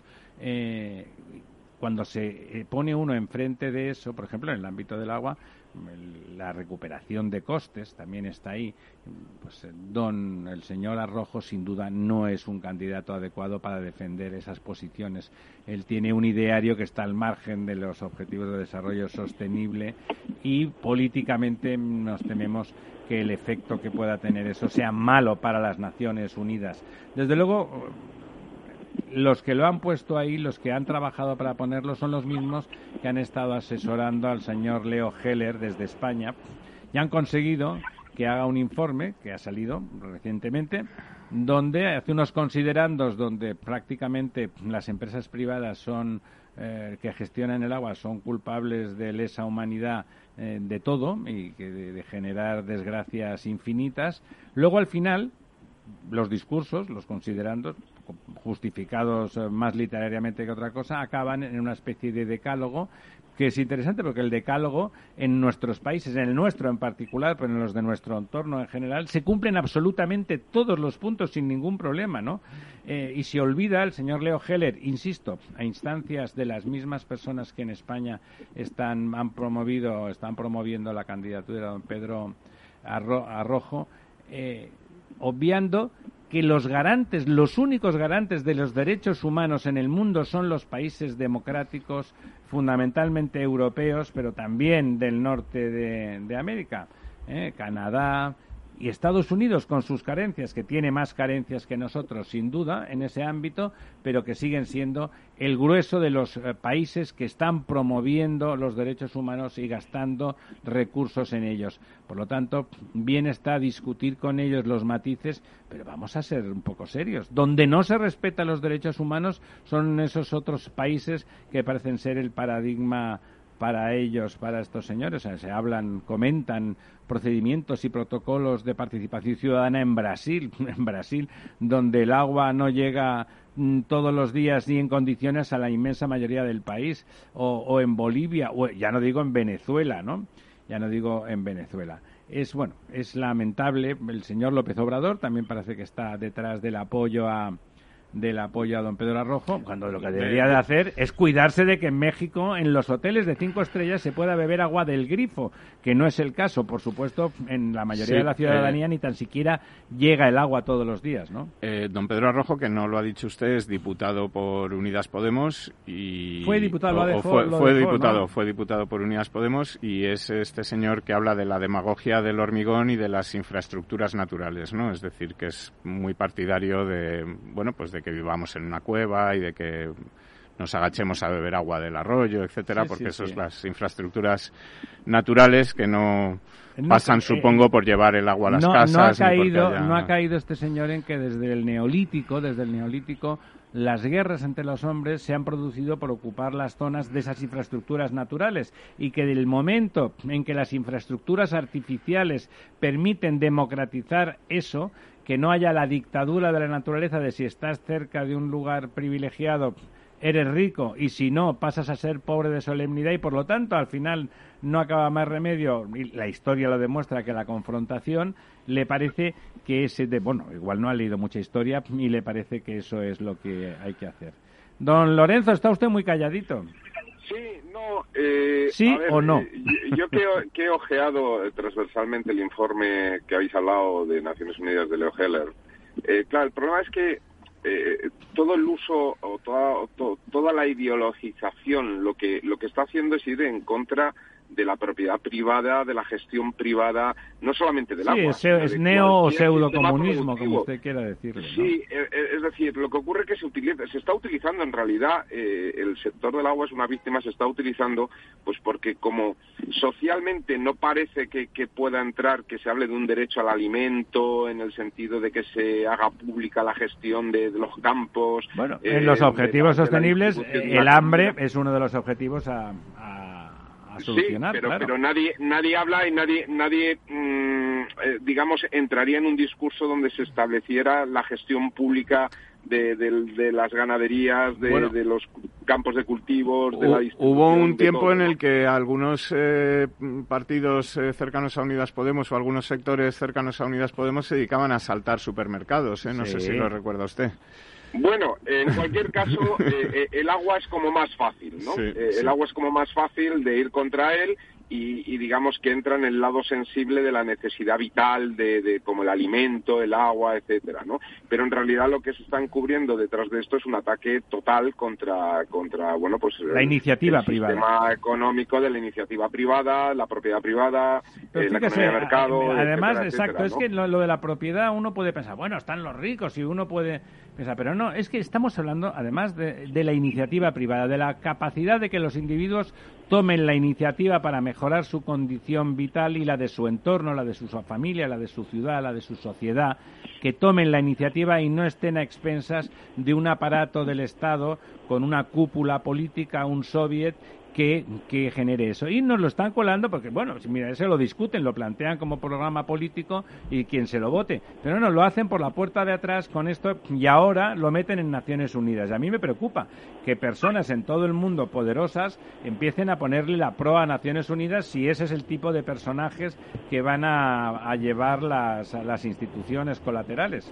Cuando se pone uno enfrente de eso, por ejemplo, en el ámbito del agua, la recuperación de costes también está ahí. Pues el señor Arrojo sin duda no es un candidato adecuado para defender esas posiciones. Él tiene un ideario que está al margen de los objetivos de desarrollo sostenible y políticamente nos tememos que el efecto que pueda tener eso sea malo para las Naciones Unidas. Desde luego, los que lo han puesto ahí, los que han trabajado para ponerlo, son los mismos que han estado asesorando al señor Leo Heller desde España y han conseguido que haga un informe que ha salido recientemente, donde hace unos considerandos donde prácticamente las empresas privadas son que gestionan el agua son culpables de lesa humanidad de todo y que de generar desgracias infinitas. Luego, al final, los discursos, los considerandos, justificados más literariamente que otra cosa, acaban en una especie de decálogo que es interesante porque el decálogo en nuestros países, en el nuestro en particular, pero en los de nuestro entorno en general, se cumplen absolutamente todos los puntos sin ningún problema, ¿no? Y se olvida el señor Leo Heller, insisto, a instancias de las mismas personas que en España están promoviendo la candidatura de don Pedro Arrojo, obviando que los únicos garantes de los derechos humanos en el mundo son los países democráticos, fundamentalmente europeos, pero también del norte de América, Canadá y Estados Unidos, con sus carencias, que tiene más carencias que nosotros, sin duda, en ese ámbito, pero que siguen siendo el grueso de los países que están promoviendo los derechos humanos y gastando recursos en ellos. Por lo tanto, bien está discutir con ellos los matices, pero vamos a ser un poco serios. Donde no se respetan los derechos humanos son esos otros países que parecen ser el paradigma para ellos, para estos señores. O sea, se comentan procedimientos y protocolos de participación ciudadana en Brasil, donde el agua no llega todos los días ni en condiciones a la inmensa mayoría del país, o en Bolivia, o ya no digo en Venezuela, ¿no? Ya no digo en Venezuela. Es lamentable. El señor López Obrador también parece que está detrás del apoyo a don Pedro Arrojo, cuando lo que debería de hacer es cuidarse de que en México, en los hoteles de 5 estrellas, se pueda beber agua del grifo, que no es el caso, por supuesto, en la mayoría de la ciudadanía ni tan siquiera llega el agua todos los días, ¿no? Don Pedro Arrojo, que no lo ha dicho usted, es diputado por Unidas Podemos y... Fue diputado, fue diputado por Unidas Podemos y es este señor que habla de la demagogia del hormigón y de las infraestructuras naturales, ¿no? Es decir, que es muy partidario de que vivamos en una cueva y de que nos agachemos a beber agua del arroyo, etcétera, porque eso es las infraestructuras naturales que no pasan, supongo, por llevar el agua a las casas. No ha caído este señor en que desde el Neolítico, las guerras entre los hombres se han producido por ocupar las zonas de esas infraestructuras naturales y que del momento en que las infraestructuras artificiales permiten democratizar eso, que no haya la dictadura de la naturaleza de si estás cerca de un lugar privilegiado eres rico y si no pasas a ser pobre de solemnidad y por lo tanto al final no acaba más remedio, y la historia lo demuestra, que la confrontación, le parece que igual no ha leído mucha historia y le parece que eso es lo que hay que hacer. Don Lorenzo, está usted muy calladito. Sí, no. ¿Sí a ver, o no? Yo que he ojeado transversalmente el informe que habéis hablado de Naciones Unidas de Leo Heller. Claro, el problema es que todo el uso o toda la ideologización lo que está haciendo es ir en contra de la propiedad privada, de la gestión privada, no solamente del agua. Sí, es neo o pseudocomunismo, como usted quiera decirlo, ¿no? Sí, es decir, lo que ocurre es que se está utilizando en realidad, el sector del agua es una víctima, se está utilizando pues porque como socialmente no parece que pueda entrar, que se hable de un derecho al alimento, en el sentido de que se haga pública la gestión de los campos. Bueno, en los objetivos sostenibles, el hambre es uno de los objetivos a solucionar, sí, claro. Pero nadie habla y nadie digamos, entraría en un discurso donde se estableciera la gestión pública de las ganaderías, de los campos de cultivos, de la distribución. Hubo un tiempo en el que algunos partidos cercanos a Unidas Podemos o algunos sectores cercanos a Unidas Podemos se dedicaban a asaltar supermercados, No sé si lo recuerda usted. Bueno, en cualquier caso, el agua es como más fácil, ¿no? Sí. El agua es como más fácil de ir contra él y digamos que entra en el lado sensible de la necesidad vital de como el alimento, el agua, etcétera, ¿no? Pero en realidad lo que se están cubriendo detrás de esto es un ataque total contra bueno, pues la iniciativa privada, el sistema económico de la iniciativa privada, la propiedad privada, la economía de mercado, además, etcétera, exacto, etcétera, es ¿no? que lo de la propiedad uno puede pensar, bueno, están los ricos y uno puede pensar, pero no, es que estamos hablando además de la iniciativa privada, de la capacidad de que los individuos tomen la iniciativa para mejorar su condición vital y la de su entorno, la de su familia, la de su ciudad, la de su sociedad, que tomen la iniciativa y no estén a expensas de un aparato del Estado con una cúpula política, un soviet que genere eso. Y nos lo están colando porque, bueno, mira, eso lo discuten, lo plantean como programa político y quien se lo vote. Pero no, lo hacen por la puerta de atrás con esto y ahora lo meten en Naciones Unidas. Y a mí me preocupa que personas en todo el mundo poderosas empiecen a ponerle la proa a Naciones Unidas si ese es el tipo de personajes que van a llevar las instituciones colaterales.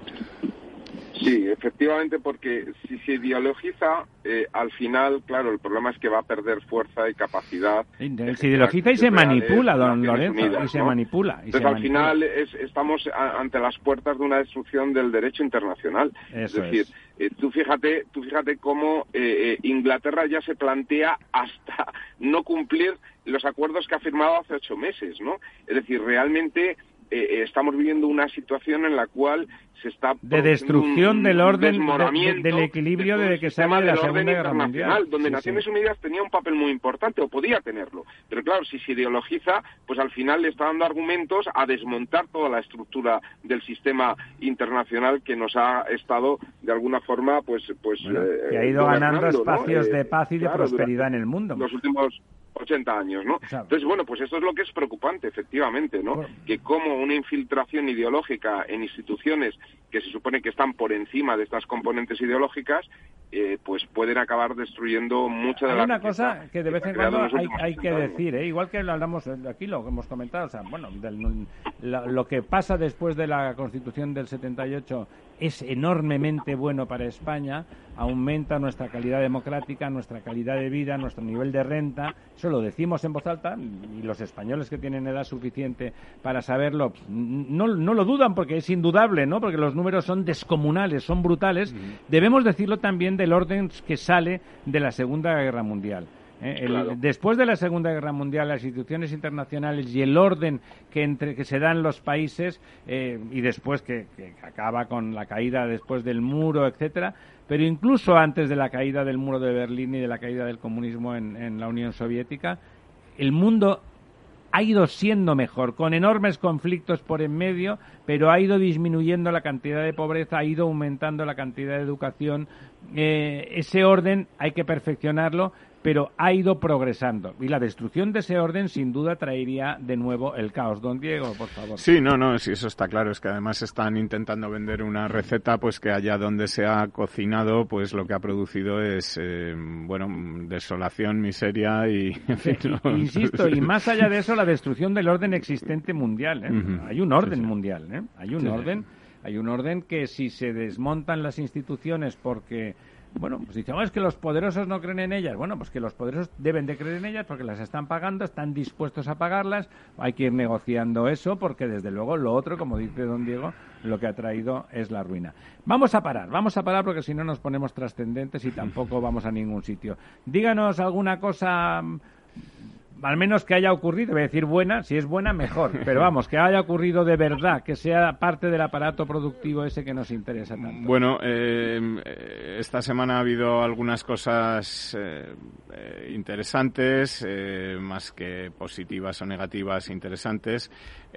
Sí, efectivamente, porque si se ideologiza, al final, claro, el problema es que va a perder fuerza y capacidad. Se ideologiza y se manipula, don Lorenzo, Unidas, y se ¿no? manipula. Entonces, al final, estamos ante las puertas de una destrucción del derecho internacional. Eso es decir, tú fíjate cómo Inglaterra ya se plantea hasta no cumplir los acuerdos que ha firmado hace 8 meses, ¿no? Es decir, realmente estamos viviendo una situación en la cual se está de destrucción del orden, del equilibrio de de que sale de la Segunda Guerra Mundial, donde Naciones Unidas tenía un papel muy importante o podía tenerlo, pero claro, si se ideologiza, pues al final le está dando argumentos a desmontar toda la estructura del sistema internacional que nos ha estado de alguna forma que ha ido ganando espacios, ¿no? De paz y de prosperidad en el mundo. Los últimos 80 años, ¿no? Entonces, bueno, pues esto es lo que es preocupante, efectivamente, ¿no? Que como una infiltración ideológica en instituciones que se supone que están por encima de estas componentes ideológicas, pues pueden acabar destruyendo mucha de la... Hay una cosa que de vez en cuando hay que decir, igual que lo hablamos aquí, lo que hemos comentado, o sea, bueno, lo que pasa después de la Constitución del 78 es enormemente bueno para España, aumenta nuestra calidad democrática, nuestra calidad de vida, nuestro nivel de renta. Eso lo decimos en voz alta y los españoles que tienen edad suficiente para saberlo no lo dudan porque es indudable, ¿no? Porque los números son descomunales, son brutales. Debemos decirlo también del orden que sale de la Segunda Guerra Mundial. Claro. Después de la Segunda Guerra Mundial, las instituciones internacionales y el orden que se dan los países y después que acaba con la caída después del muro, etcétera, pero incluso antes de la caída del muro de Berlín y de la caída del comunismo en la Unión Soviética, el mundo ha ido siendo mejor, con enormes conflictos por en medio, pero ha ido disminuyendo la cantidad de pobreza, ha ido aumentando la cantidad de educación. Ese orden hay que perfeccionarlo, pero ha ido progresando. Y la destrucción de ese orden, sin duda, traería de nuevo el caos. Don Diego, por favor. Sí, sí, eso está claro. Es que además están intentando vender una receta pues que allá donde se ha cocinado, pues lo que ha producido es, desolación, miseria y... En fin, Insisto, y más allá de eso, la destrucción del orden existente mundial. Uh-huh. Hay un orden mundial, Hay un orden. Hay un orden que si se desmontan las instituciones porque... Bueno, pues dicen, es que los poderosos no creen en ellas. Bueno, pues que los poderosos deben de creer en ellas porque las están pagando, están dispuestos a pagarlas. Hay que ir negociando eso porque, desde luego, lo otro, como dice don Diego, lo que ha traído es la ruina. Vamos a parar porque si no nos ponemos trascendentes y tampoco vamos a ningún sitio. Díganos alguna cosa... al menos que haya ocurrido, voy a decir buena, si es buena mejor, pero vamos, que haya ocurrido de verdad, que sea parte del aparato productivo ese que nos interesa tanto. Bueno, esta semana ha habido algunas cosas interesantes, más que positivas o negativas, interesantes.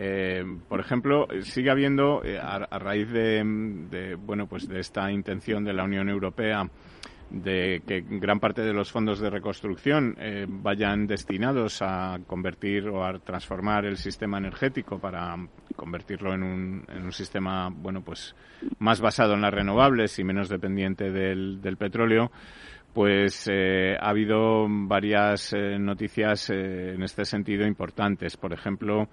Por ejemplo, sigue habiendo, a raíz de esta intención de la Unión Europea de que gran parte de los fondos de reconstrucción vayan destinados a convertir o a transformar el sistema energético para convertirlo en un sistema más basado en las renovables y menos dependiente del petróleo. Pues ha habido varias noticias en este sentido importantes. Por ejemplo,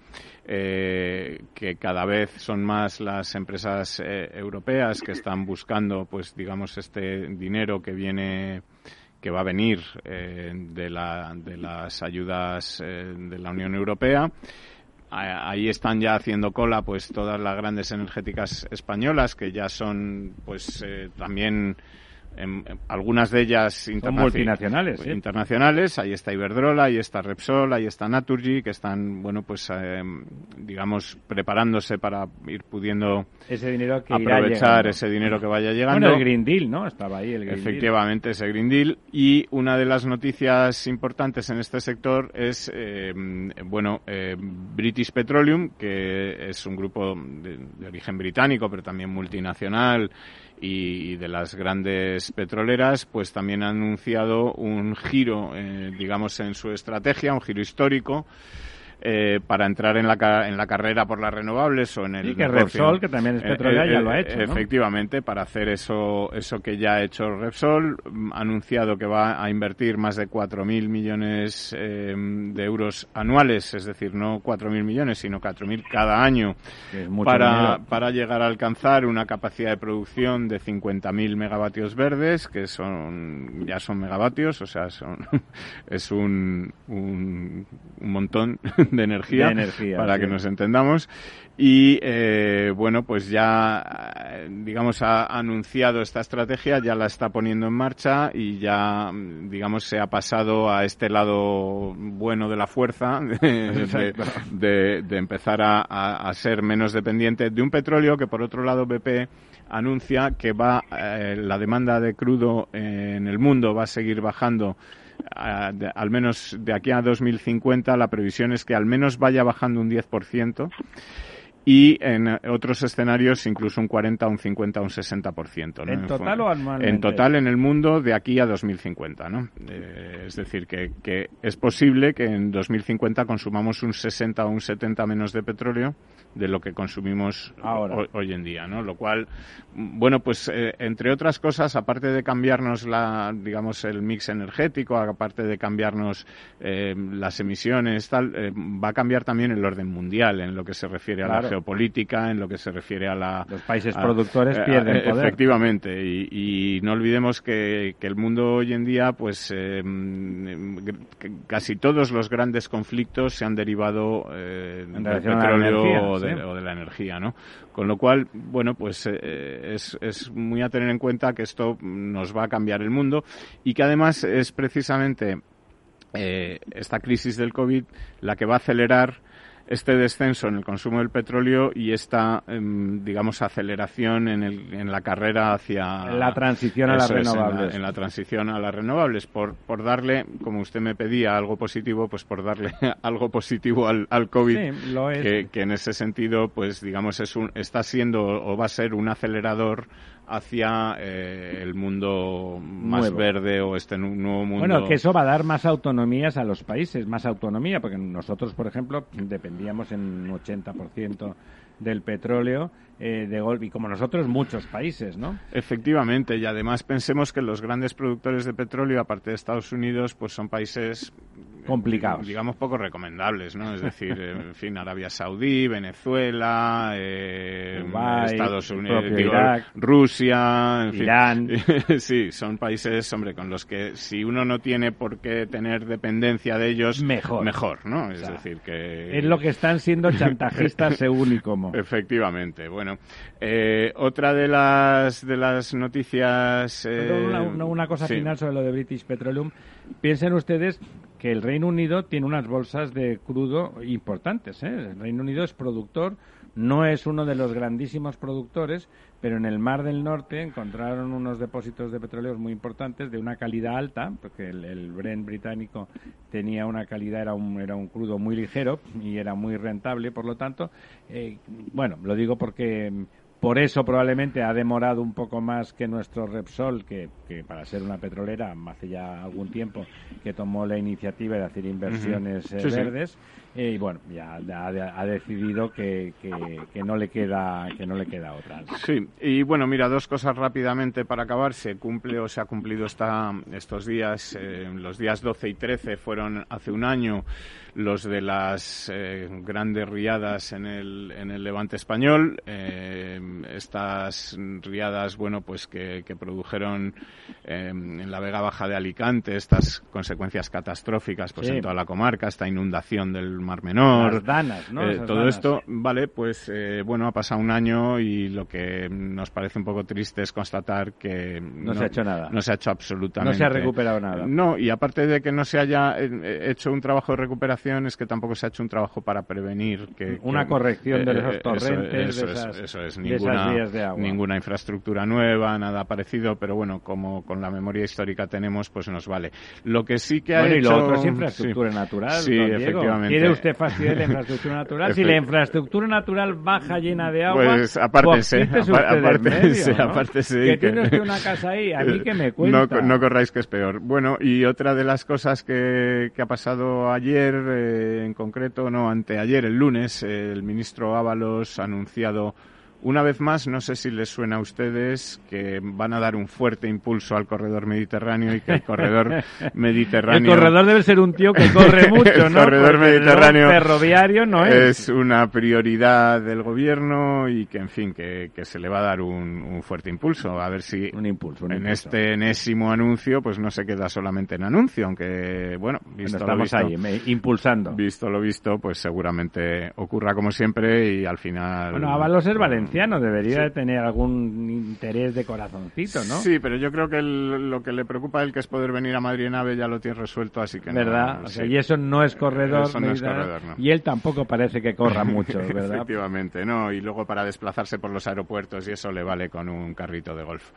que cada vez son más las empresas europeas que están buscando, este dinero que viene que va a venir de las ayudas de la Unión Europea. Ahí están ya haciendo cola pues todas las grandes energéticas españolas, que ya son pues también algunas de ellas multinacionales, internacionales. Ahí está Iberdrola, ahí está Repsol, ahí está Naturgy, que están, bueno, pues digamos, preparándose para ir pudiendo ese dinero que aprovechar ese dinero que vaya llegando. Bueno, el Green Deal, ¿no? Estaba ahí el Green Efectivamente, ese Green Deal. Y una de las noticias importantes en este sector es, British Petroleum, que es un grupo de origen británico, pero también multinacional, y de las grandes petroleras, pues también ha anunciado un giro, digamos, en su estrategia, un giro histórico, para entrar en la carrera por las renovables o en el... Sí, que Repsol, que también es petrolera, ya lo ha hecho, ¿no? Efectivamente, para hacer eso que ya ha hecho Repsol, ha anunciado que va a invertir más de 4.000 millones de euros anuales, es decir, no 4.000 millones, sino 4.000 cada año, para llegar a alcanzar una capacidad de producción de 50.000 megavatios verdes, que ya son megavatios, o sea, es un montón de energía para que nos entendamos. Y pues ya, digamos, ha anunciado esta estrategia, ya la está poniendo en marcha y ya, digamos, se ha pasado a este lado bueno de la fuerza de empezar a ser menos dependiente de un petróleo que, por otro lado, BP anuncia que la demanda de crudo en el mundo va a seguir bajando. Al menos de aquí a 2050 la previsión es que al menos vaya bajando un 10%, y en otros escenarios incluso un 40, un 50, un 60%, ¿no? ¿En total o anualmente? En total en el mundo de aquí a 2050, ¿no? Es decir, que es posible que en 2050 consumamos un 60 o un 70 menos de petróleo de lo que consumimos hoy en día, ¿no? Lo cual, bueno, pues entre otras cosas, aparte de cambiarnos el mix energético, aparte de cambiarnos las emisiones, va a cambiar también el orden mundial en lo que se refiere a la geopolítica, en lo que se refiere a los países productores pierden poder. Efectivamente, y no olvidemos que el mundo hoy en día, pues casi todos los grandes conflictos se han derivado del petróleo o de la energía, ¿no? Con lo cual, bueno, pues es muy a tener en cuenta que esto nos va a cambiar el mundo, y que además es precisamente esta crisis del COVID la que va a acelerar este descenso en el consumo del petróleo y esta, digamos, aceleración en la carrera hacia... La transición a las renovables. En la transición a las renovables. Por darle, como usted me pedía, algo positivo, pues por darle algo positivo al COVID, sí, lo es. Que en ese sentido, pues digamos, está siendo o va a ser un acelerador hacia el mundo más verde, o este nuevo mundo. Bueno, que eso va a dar más autonomías a los países, más autonomía, porque nosotros, por ejemplo, dependíamos en un 80% del petróleo de golpe, y como nosotros muchos países, ¿no? Efectivamente, y además pensemos que los grandes productores de petróleo, aparte de Estados Unidos, pues son países complicados, digamos poco recomendables, ¿no? Es decir, en fin, Arabia Saudí, Venezuela, Dubái, Estados Unidos, Irak, Rusia, en Irán. Fin. Sí, son países, hombre, con los que si uno no tiene por qué tener dependencia de ellos, mejor, ¿no? Es decir, que es lo que están siendo chantajistas según y cómo. Efectivamente. Bueno, otra de las noticias... una cosa final sobre lo de British Petroleum. Piensen ustedes que el Reino Unido tiene unas bolsas de crudo importantes, ¿eh? El Reino Unido es productor, no es uno de los grandísimos productores, pero en el Mar del Norte encontraron unos depósitos de petróleo muy importantes, de una calidad alta, porque el Brent británico tenía una calidad, era un crudo muy ligero y era muy rentable, por lo tanto, bueno, lo digo porque... Por eso probablemente ha demorado un poco más que nuestro Repsol, que para ser una petrolera hace ya algún tiempo que tomó la iniciativa de hacer inversiones verdes. Sí. Y bueno, ya ha decidido que no le queda otra. Sí, y bueno, mira, dos cosas rápidamente para acabar. Se ha cumplido estos días, los días 12 y 13 fueron hace un año los de las grandes riadas en el Levante español. estas riadas, bueno, pues que produjeron en la Vega Baja de Alicante estas consecuencias catastróficas, pues en toda la comarca, esta inundación del Mar Menor. Las danas, ¿no? Todo danas, esto, sí. vale, pues bueno, ha pasado un año y lo que nos parece un poco triste es constatar que no se ha hecho nada. No se ha hecho absolutamente. No se ha recuperado nada. No, y aparte de que no se haya hecho un trabajo de recuperación, es que tampoco se ha hecho un trabajo para prevenir que una corrección de esos torrentes, eso es, de esas vías de agua. Ninguna infraestructura nueva, nada parecido, pero bueno, como con la memoria histórica tenemos, pues nos vale. Lo que sí que ha hecho... y lo otro es infraestructura natural, sí, don Diego. Efectivamente. ¿Quiere usted fastidiar la infraestructura natural? Si la infraestructura natural baja llena de agua, pues apártese, que tiene usted una casa ahí, a mí que me cuenta. No corráis, que es peor. Bueno, y otra de las cosas que ha pasado ayer, en concreto, no, anteayer, el lunes, el ministro Ábalos ha anunciado una vez más, no sé si les suena a ustedes, que van a dar un fuerte impulso al corredor mediterráneo y que el corredor mediterráneo... El corredor debe ser un tío que corre mucho, ¿no? El corredor mediterráneo ferroviario no es. Es una prioridad del gobierno y que, en fin, que se le va a dar un fuerte impulso. A ver si este enésimo anuncio pues no se queda solamente en anuncio, aunque, bueno, visto lo visto, ahí, impulsando. Visto lo visto, pues seguramente ocurra como siempre y al final... Bueno, Ábalos es valenciano, debería de tener algún interés de corazoncito, ¿no? Sí, pero yo creo que lo que le preocupa a él, que es poder venir a Madrid en AVE, ya lo tiene resuelto, así que ¿verdad? No, o sea, y eso no es corredor. Eso no es corredor, no. Y él tampoco parece que corra mucho, ¿verdad? Efectivamente, no. Y luego para desplazarse por los aeropuertos y eso le vale con un carrito de golf.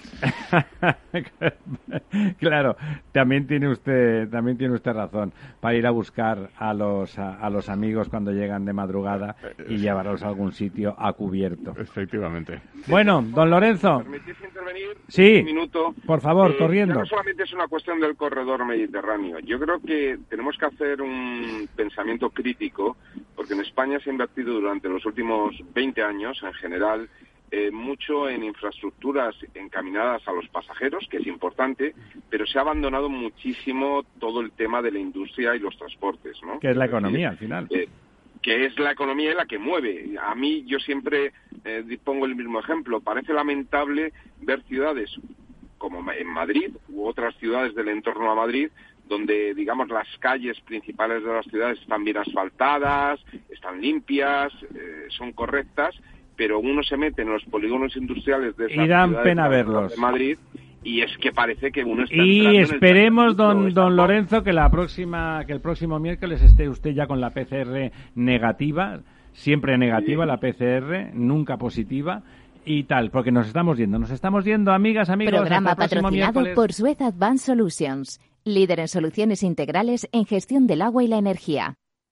Claro, también tiene usted razón, para ir a buscar a los amigos cuando llegan de madrugada y llevarlos a algún sitio a cubierto. Efectivamente. Bueno, don Lorenzo. ¿Permitís intervenir? Sí, un minuto. Por favor, corriendo. No solamente es una cuestión del corredor mediterráneo. Yo creo que tenemos que hacer un pensamiento crítico, porque en España se ha invertido durante los últimos 20 años, en general, mucho en infraestructuras encaminadas a los pasajeros, que es importante, pero se ha abandonado muchísimo todo el tema de la industria y los transportes, ¿no? Que es la economía, al final. Que es la economía la que mueve. A mí, yo siempre pongo el mismo ejemplo. Parece lamentable ver ciudades como en Madrid u otras ciudades del entorno a Madrid, donde, digamos, las calles principales de las ciudades están bien asfaltadas, están limpias, son correctas, pero uno se mete en los polígonos industriales de esas y dan ciudades pena verlos. De Madrid, y es que parece que uno está y esperemos, don Lorenzo, que el próximo miércoles esté usted ya con la PCR negativa, siempre negativa, sí. La PCR, nunca positiva y tal, porque nos estamos yendo, amigas, amigos. Programa patrocinado por Suez Advanced Solutions, líder en soluciones integrales en gestión del agua y la energía.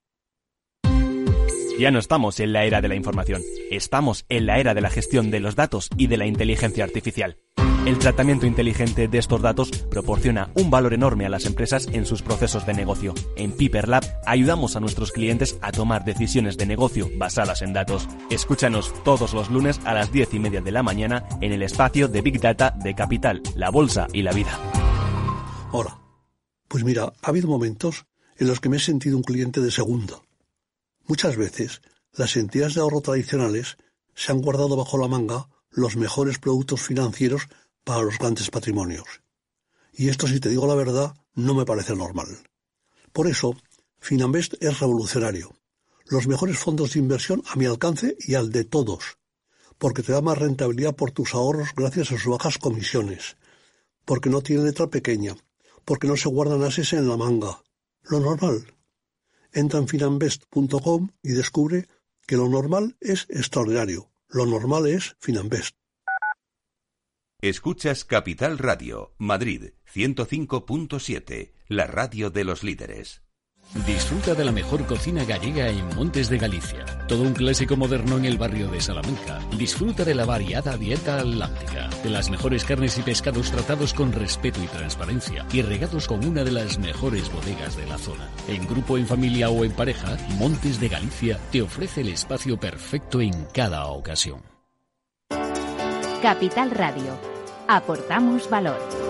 Ya no estamos en la era de la información, estamos en la era de la gestión de los datos y de la inteligencia artificial. El tratamiento inteligente de estos datos proporciona un valor enorme a las empresas en sus procesos de negocio. En Piper Lab ayudamos a nuestros clientes a tomar decisiones de negocio basadas en datos. Escúchanos todos los lunes a las 10:30 de la mañana en el espacio de Big Data de Capital, la Bolsa y la Vida. Hola. Pues mira, ha habido momentos en los que me he sentido un cliente de segunda. Muchas veces, las entidades de ahorro tradicionales se han guardado bajo la manga los mejores productos financieros para los grandes patrimonios. Y esto, si te digo la verdad, no me parece normal. Por eso, Finanbest es revolucionario. Los mejores fondos de inversión a mi alcance y al de todos. Porque te da más rentabilidad por tus ahorros gracias a sus bajas comisiones. Porque no tiene letra pequeña. Porque no se guardan ases en la manga. Lo normal. Entra en finanbest.com y descubre que lo normal es extraordinario. Lo normal es Finanbest. Escuchas Capital Radio, Madrid, 105.7, la radio de los líderes. Disfruta de la mejor cocina gallega en Montes de Galicia. Todo un clásico moderno en el barrio de Salamanca. Disfruta de la variada dieta atlántica, de las mejores carnes y pescados tratados con respeto y transparencia y regados con una de las mejores bodegas de la zona. En grupo, en familia o en pareja, Montes de Galicia te ofrece el espacio perfecto en cada ocasión. Capital Radio. Aportamos valor.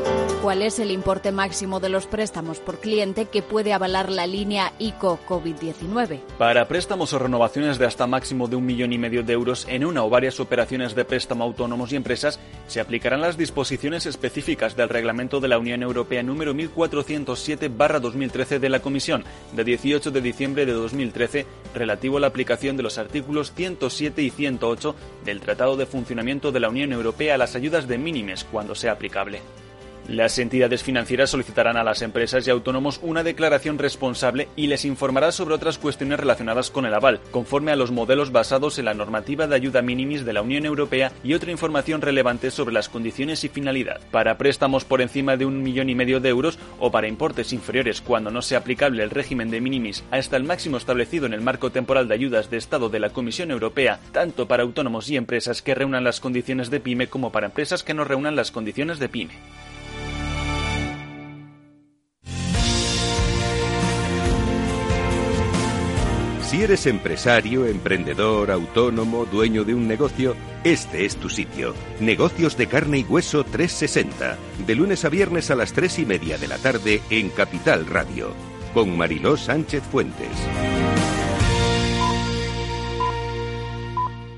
¿Cuál es el importe máximo de los préstamos por cliente que puede avalar la línea ICO COVID-19? Para préstamos o renovaciones de hasta máximo de 1,5 millones de euros en una o varias operaciones de préstamo a autónomos y empresas, se aplicarán las disposiciones específicas del Reglamento de la Unión Europea número 1407/2013 de la Comisión, de 18 de diciembre de 2013, relativo a la aplicación de los artículos 107 y 108 del Tratado de Funcionamiento de la Unión Europea a las ayudas de minimis cuando sea aplicable. Las entidades financieras solicitarán a las empresas y autónomos una declaración responsable y les informará sobre otras cuestiones relacionadas con el aval, conforme a los modelos basados en la normativa de ayuda minimis de la Unión Europea y otra información relevante sobre las condiciones y finalidad. Para préstamos por encima de 1,5 millones de euros o para importes inferiores cuando no sea aplicable el régimen de minimis hasta el máximo establecido en el marco temporal de ayudas de Estado de la Comisión Europea, tanto para autónomos y empresas que reúnan las condiciones de PYME como para empresas que no reúnan las condiciones de PYME. Si eres empresario, emprendedor, autónomo, dueño de un negocio, este es tu sitio. Negocios de Carne y Hueso 360. De lunes a viernes a las 3:30 de la tarde en Capital Radio. Con Mariló Sánchez Fuentes.